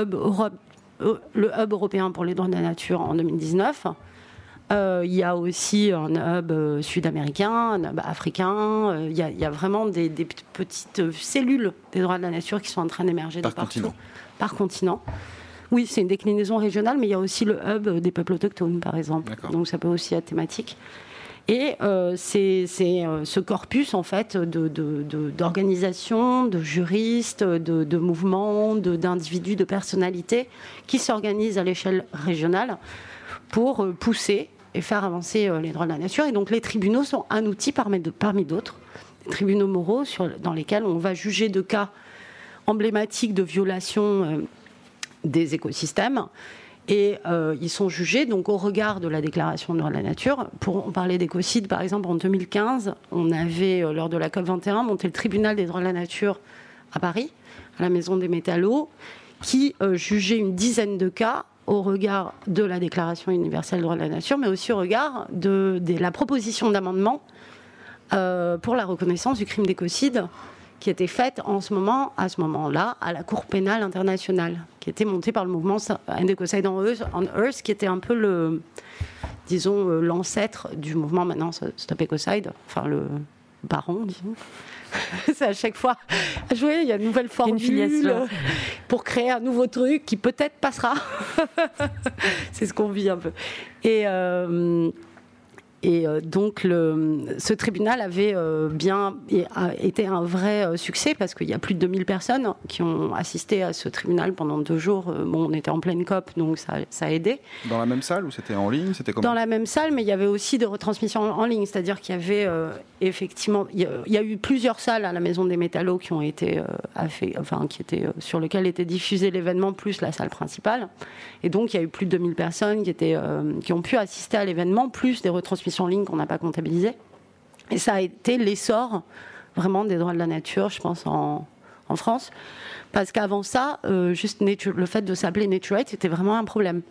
le hub européen pour les droits de la nature en 2019. Il y a aussi un hub sud-américain, un hub africain. Il y a vraiment des petites cellules des droits de la nature qui sont en train d'émerger de partout. Par continent. Oui, c'est une déclinaison régionale, mais il y a aussi le hub des peuples autochtones, par exemple. D'accord. Donc ça peut aussi être thématique. Et c'est ce corpus, en fait, d'organisations, de juristes, de mouvements, d'individus, de personnalités qui s'organisent à l'échelle régionale pour pousser et faire avancer les droits de la nature. Et donc les tribunaux sont un outil parmi d'autres, des tribunaux moraux dans lesquels on va juger de cas emblématiques de violation des écosystèmes. Et ils sont jugés donc au regard de la Déclaration des droits de la nature. On parlait d'écocide, par exemple, en 2015, on avait, lors de la COP21, monté le tribunal des droits de la nature à Paris, à la Maison des Métallos, qui jugeait une dizaine de cas au regard de la Déclaration universelle des droits de la nature, mais aussi au regard de la proposition d'amendement pour la reconnaissance du crime d'écocide qui était faite à ce moment-là, à la Cour pénale internationale, qui était montée par le mouvement End Ecocide on Earth, qui était un peu l'ancêtre du mouvement maintenant Stop Ecocide, enfin le baron, disons. C'est à chaque fois à jouer, il y a une nouvelle formule pour créer un nouveau truc qui peut-être passera. C'est ce qu'on vit un peu. Et donc, ce tribunal avait bien été un vrai succès parce qu'il y a plus de 2000 personnes qui ont assisté à ce tribunal pendant 2 jours. Bon, on était en pleine COP, donc ça a aidé. Dans la même salle ou c'était en ligne ? C'était comment ? Dans la même salle, mais il y avait aussi des retransmissions en ligne. C'est-à-dire qu'il y avait effectivement... Il y a eu plusieurs salles à la Maison des Métallos qui ont été sur lesquelles était diffusé l'événement, plus la salle principale. Et donc, il y a eu plus de 2000 personnes qui ont pu assister à l'événement, plus des retransmissions en ligne qu'on n'a pas comptabilisées. Et ça a été l'essor vraiment des droits de la nature, je pense, en France. Parce qu'avant ça, juste le fait de s'appeler Nature Aid, c'était vraiment un problème.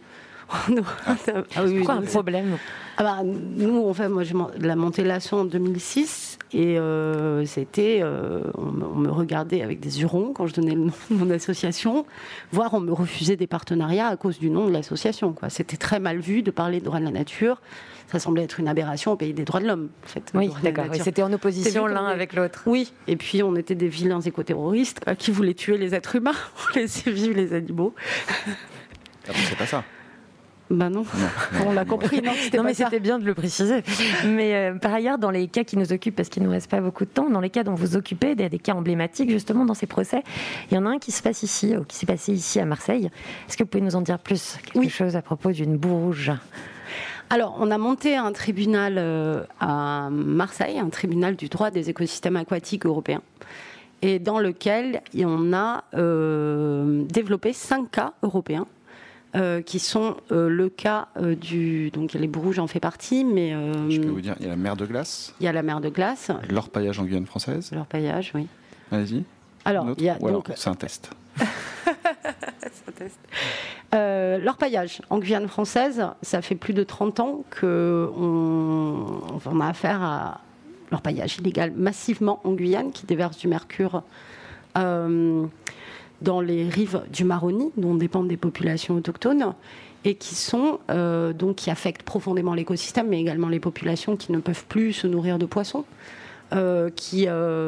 Pourquoi un problème? Nous, en fait, moi, j'ai la montée Lasso en 2006 et c'était, on me regardait avec des hurons quand je donnais le nom de mon association, voire on me refusait des partenariats à cause du nom de l'association, quoi. C'était très mal vu de parler de droits de la nature. Ça semblait être une aberration au pays des droits de l'homme, en fait. Oui, d'accord. Et c'était en opposition l'un avec l'autre. Oui, et puis on était des vilains éco-terroristes qui voulaient tuer les êtres humains, laisser vivre les animaux. C'est pas ça. Non. On l'a compris, non, mais c'était bien de le préciser. Mais par ailleurs, dans les cas qui nous occupent, parce qu'il ne nous reste pas beaucoup de temps, dans les cas dont vous occupez, des cas emblématiques justement dans ces procès, il y en a un qui se passe ici, ou qui s'est passé ici à Marseille. Est-ce que vous pouvez nous en dire plus, quelque chose à propos d'une boue rouge? Alors, on a monté un tribunal à Marseille, un tribunal du droit des écosystèmes aquatiques européens, et dans lequel on a développé 5 cas européens. Qui sont le cas donc les boues rouges en fait partie, mais je peux vous dire, il y a la mer de glace. Il y a la mer de glace. L'orpaillage en Guyane française. L'orpaillage, oui. Allez-y. Alors, il y a donc. C'est un test. C'est un test. L'orpaillage en Guyane française, ça fait plus de 30 ans qu'on a affaire à l'orpaillage illégal massivement en Guyane, qui déverse du mercure. Dans les rives du Maroni, dont dépendent des populations autochtones, et qui sont donc qui affectent profondément l'écosystème, mais également les populations qui ne peuvent plus se nourrir de poissons, qui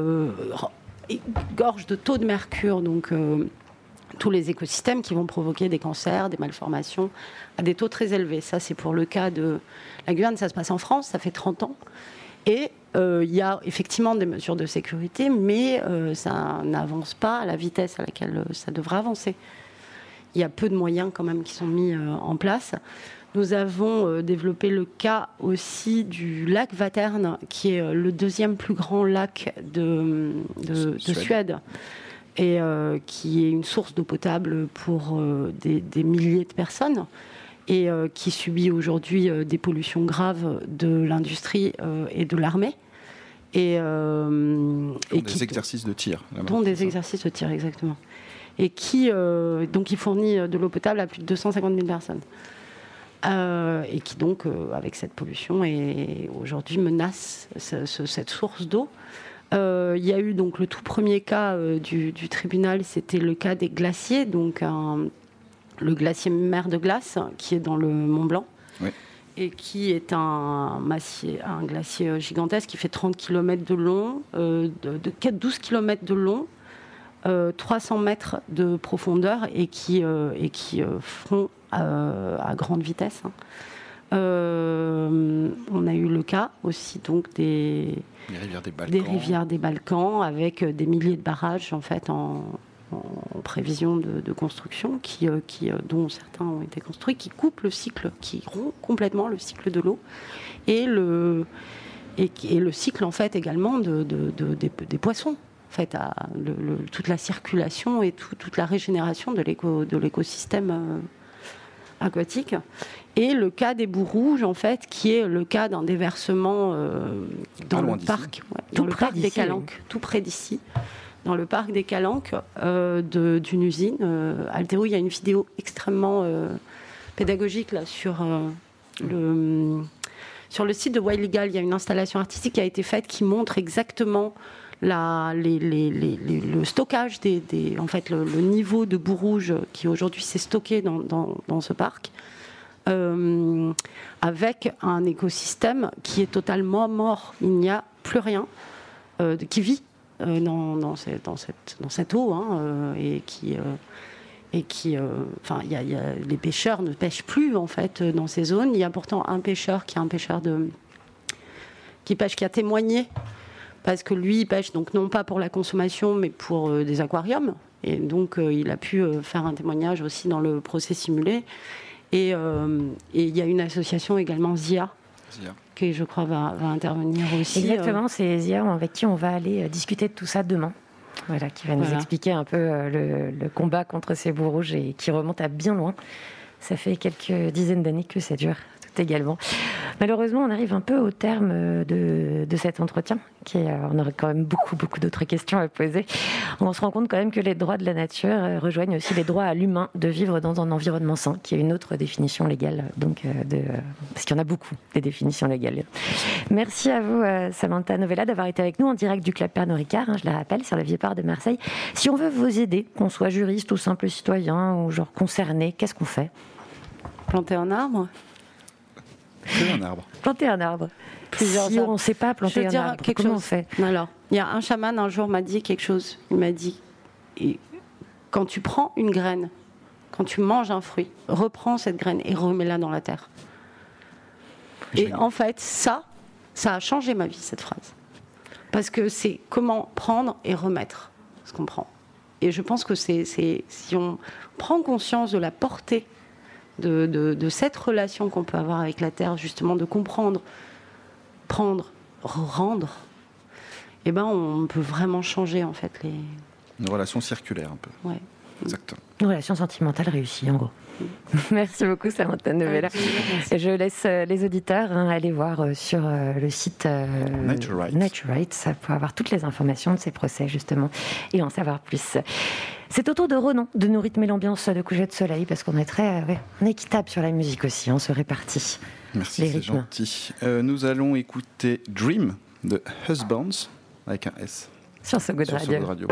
gorgent de taux de mercure, donc tous les écosystèmes qui vont provoquer des cancers, des malformations à des taux très élevés. Ça, c'est pour le cas de la Guyane. Ça se passe en France, ça fait 30 ans. Et il y a effectivement des mesures de sécurité, mais ça n'avance pas à la vitesse à laquelle ça devrait avancer. Il y a peu de moyens quand même qui sont mis en place. Nous avons développé le cas aussi du lac Vaterne, qui est le 2e plus grand lac de Suède, et qui est une source d'eau potable pour des milliers de personnes. Et qui subit aujourd'hui des pollutions graves de l'industrie et de l'armée. Et des exercices de tir. Dont des exercices de tir, exactement. Et qui donc il fournit de l'eau potable à plus de 250 000 personnes. Et qui donc, avec cette pollution, aujourd'hui menace cette source d'eau. Il y a eu donc le tout premier cas du tribunal, c'était le cas des glaciers, donc le glacier Mer de Glace, qui est dans le Mont Blanc, oui, et qui est un glacier gigantesque qui fait 30 km de long, 12 km de long, 300 mètres de profondeur et qui fond à grande vitesse. On a eu le cas aussi donc des rivières des Balkans avec des milliers de barrages en fait en prévision de construction, dont certains ont été construits, qui coupent le cycle, qui rompent complètement le cycle de l'eau et le cycle en fait également des poissons, en fait, toute la circulation et toute la régénération de l'écosystème aquatique. Et le cas des boues rouges, en fait, qui est le cas d'un déversement dans le parc des Calanques, tout près d'ici. Dans le parc des Calanques, d'une usine. Altero, il y a une vidéo extrêmement pédagogique là, sur le site de Wild Legal. Il y a une installation artistique qui a été faite qui montre exactement le stockage en fait, le niveau de boue rouge qui aujourd'hui s'est stocké dans ce parc, avec un écosystème qui est totalement mort. Il n'y a plus rien qui vit dans cette eau, hein, et qui les pêcheurs ne pêchent plus en fait dans ces zones. Il y a pourtant un pêcheur qui pêche, qui a témoigné, parce que lui il pêche donc non pas pour la consommation mais pour des aquariums, et donc il a pu faire un témoignage aussi dans le procès simulé. Et il y a une association également ZIA. Qui, je crois, va intervenir aussi. Exactement, c'est Zia avec qui on va aller discuter de tout ça demain. Voilà, qui va nous expliquer un peu le combat contre ces boues rouges et qui remonte à bien loin. Ça fait quelques dizaines d'années que ça dure, tout également. Malheureusement, on arrive un peu au terme de cet entretien. On aurait quand même beaucoup d'autres questions à poser. On se rend compte quand même que les droits de la nature rejoignent aussi les droits à l'humain de vivre dans un environnement sain, qui est une autre définition légale. Parce qu'il y en a beaucoup, des définitions légales. Merci à vous, Samantha Novella, d'avoir été avec nous en direct du Club Pernod Ricard, je le rappelle, sur le Vieux-Port de Marseille. Si on veut vous aider, qu'on soit juriste ou simple citoyen ou genre concerné, qu'est-ce qu'on fait ? Planter un arbre. Planter un arbre. Si on ne sait pas planter un arbre, comment on fait ? Alors, il y a un chaman un jour m'a dit quelque chose. Il m'a dit, quand tu prends une graine, quand tu manges un fruit, reprends cette graine et remets-la dans la terre. Et en fait, ça a changé ma vie, cette phrase. Parce que c'est comment prendre et remettre ce qu'on prend. Et je pense que si on prend conscience de la portée de cette relation qu'on peut avoir avec la terre, justement, de comprendre, prendre, rendre, on peut vraiment changer, en fait, Une relation circulaire, un peu. Ouais. Exactement. Une relation sentimentale réussie, en gros. Merci beaucoup, Samantha Novella. Et je laisse les auditeurs aller voir sur le site Nature Rights pour avoir toutes les informations de ces procès, justement, et en savoir plus. C'est au tour de Ronan de nous rythmer l'ambiance de coucher de soleil, parce qu'on est très équitable sur la musique aussi, on se répartit. Merci, c'est gentil. Nous allons écouter Dream de Husbands, avec un S. Sur So Good Radio.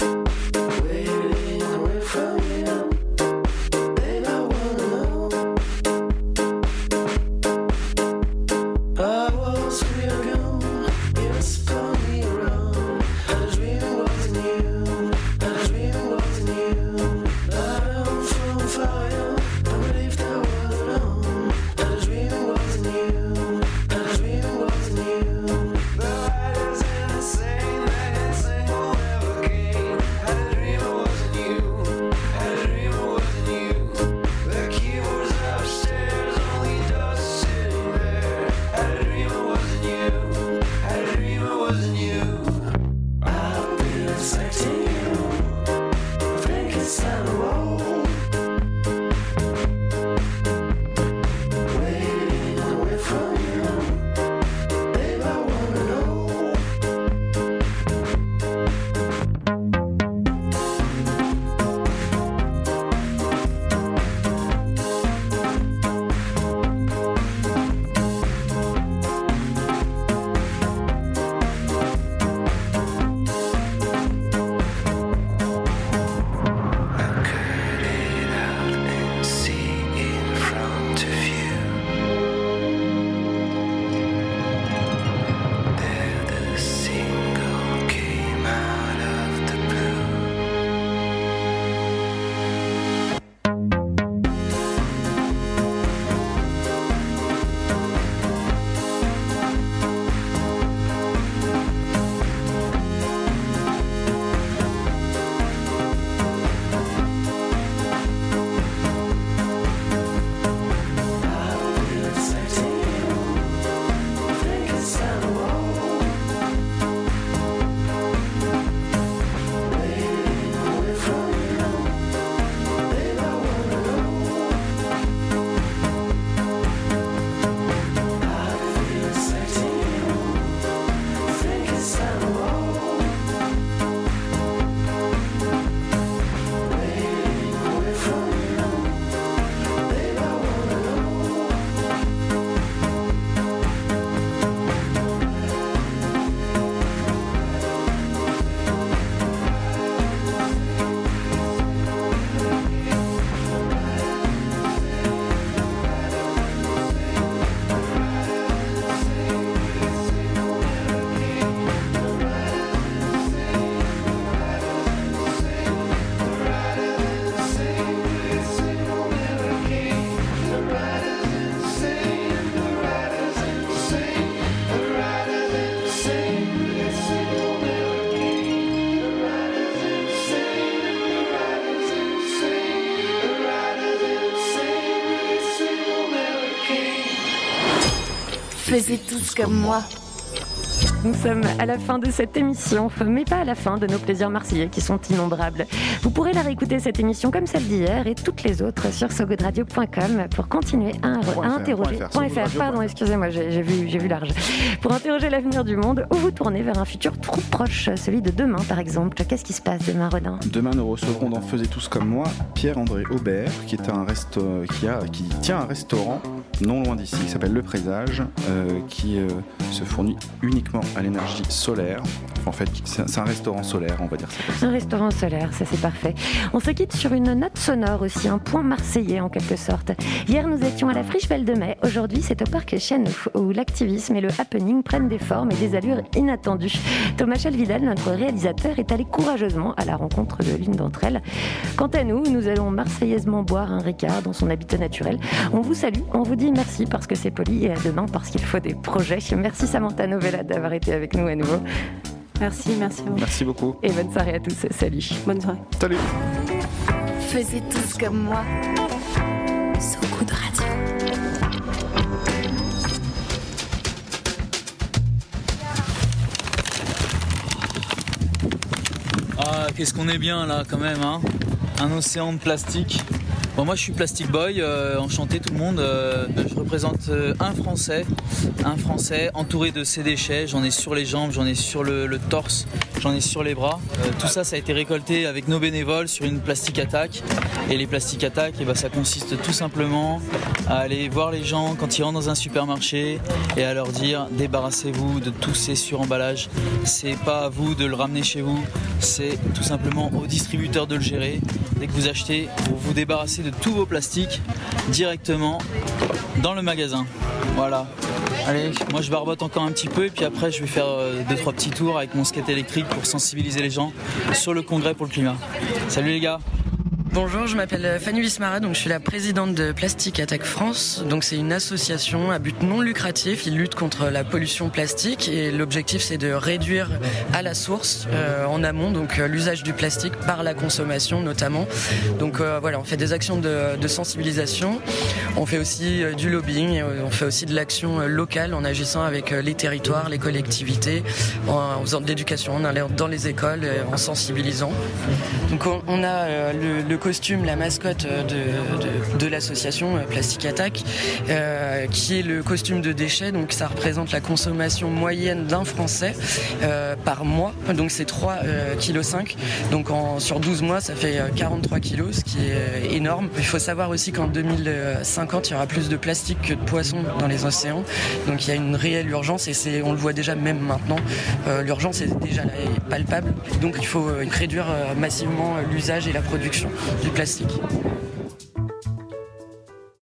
Waiting from you, babe, I wanna know. Faisez tous comme moi. Nous sommes à la fin de cette émission, mais pas à la fin de nos plaisirs marseillais qui sont innombrables. Vous pourrez la réécouter cette émission comme celle d'hier et toutes les autres sur sogodradio.com pour continuer à interroger. Pardon, excusez-moi, j'ai vu large. Pour interroger l'avenir du monde ou vous tourner vers un futur trop proche, celui de demain par exemple. Qu'est-ce qui se passe demain, Rodin ? Demain, nous recevrons dans Faisez tous comme moi Pierre-André Aubert, qui tient un restaurant non loin d'ici, qui s'appelle Le Présage, qui se fournit uniquement à l'énergie solaire. En fait, c'est un restaurant solaire, on va dire ça. Un restaurant solaire, ça c'est parfait. On se quitte sur une note sonore aussi, un point marseillais en quelque sorte. Hier, nous étions à la Friche Belle de Mai. Aujourd'hui, c'est au parc Chanouf, où l'activisme et le happening prennent des formes et des allures inattendues. Thomas Chalvidal, notre réalisateur, est allé courageusement à la rencontre de l'une d'entre elles. Quant à nous, nous allons marseillaisement boire un Ricard dans son habitat naturel. On vous salue, on vous dit merci parce que c'est poli et à demain parce qu'il faut des projets. Merci Samantha Novella d'avoir été avec nous à nouveau. Merci à vous. Merci beaucoup. Et bonne soirée à tous. Salut. Bonne soirée. Salut. Faisez tous comme moi. So Good Radio. Ah, qu'est-ce qu'on est bien là quand même, hein. Un océan de plastique. Bon, moi je suis Plastic Boy, enchanté tout le monde. Je représente un Français entouré de ses déchets. J'en ai sur les jambes, j'en ai sur le torse, j'en ai sur les bras. Tout ça, ça a été récolté avec nos bénévoles sur une Plastic Attack. Et les Plastic Attack, ça consiste tout simplement à aller voir les gens quand ils rentrent dans un supermarché et à leur dire débarrassez-vous de tous ces suremballages. C'est pas à vous de le ramener chez vous, c'est tout simplement au distributeur de le gérer. Dès que vous achetez, vous vous débarrassez de tous vos plastiques directement dans le magasin. Voilà. Allez, moi je barbote encore un petit peu et puis après je vais faire 2-3 petits tours avec mon skate électrique pour sensibiliser les gens sur le congrès pour le climat. Salut les gars. Bonjour, je m'appelle Fanny Wismara, donc je suis la présidente de Plastic Attack France. Donc c'est une association à but non lucratif, il lutte contre la pollution plastique et l'objectif c'est de réduire à la source en amont donc l'usage du plastique par la consommation notamment. Donc voilà, on fait des actions de sensibilisation, on fait aussi du lobbying, on fait aussi de l'action locale en agissant avec les territoires, les collectivités, en faisant de l'éducation, en allant dans les écoles, en sensibilisant. Donc on a le costume, la mascotte de l'association Plastic Attack, qui est le costume de déchets. Donc ça représente la consommation moyenne d'un Français par mois. Donc c'est 3,5 kg. Donc sur 12 mois, ça fait 43 kg, ce qui est énorme. Il faut savoir aussi qu'en 2050, il y aura plus de plastique que de poissons dans les océans. Donc il y a une réelle urgence et on le voit déjà même maintenant. L'urgence est déjà là, est palpable. Donc il faut réduire massivement l'usage et la production du plastique.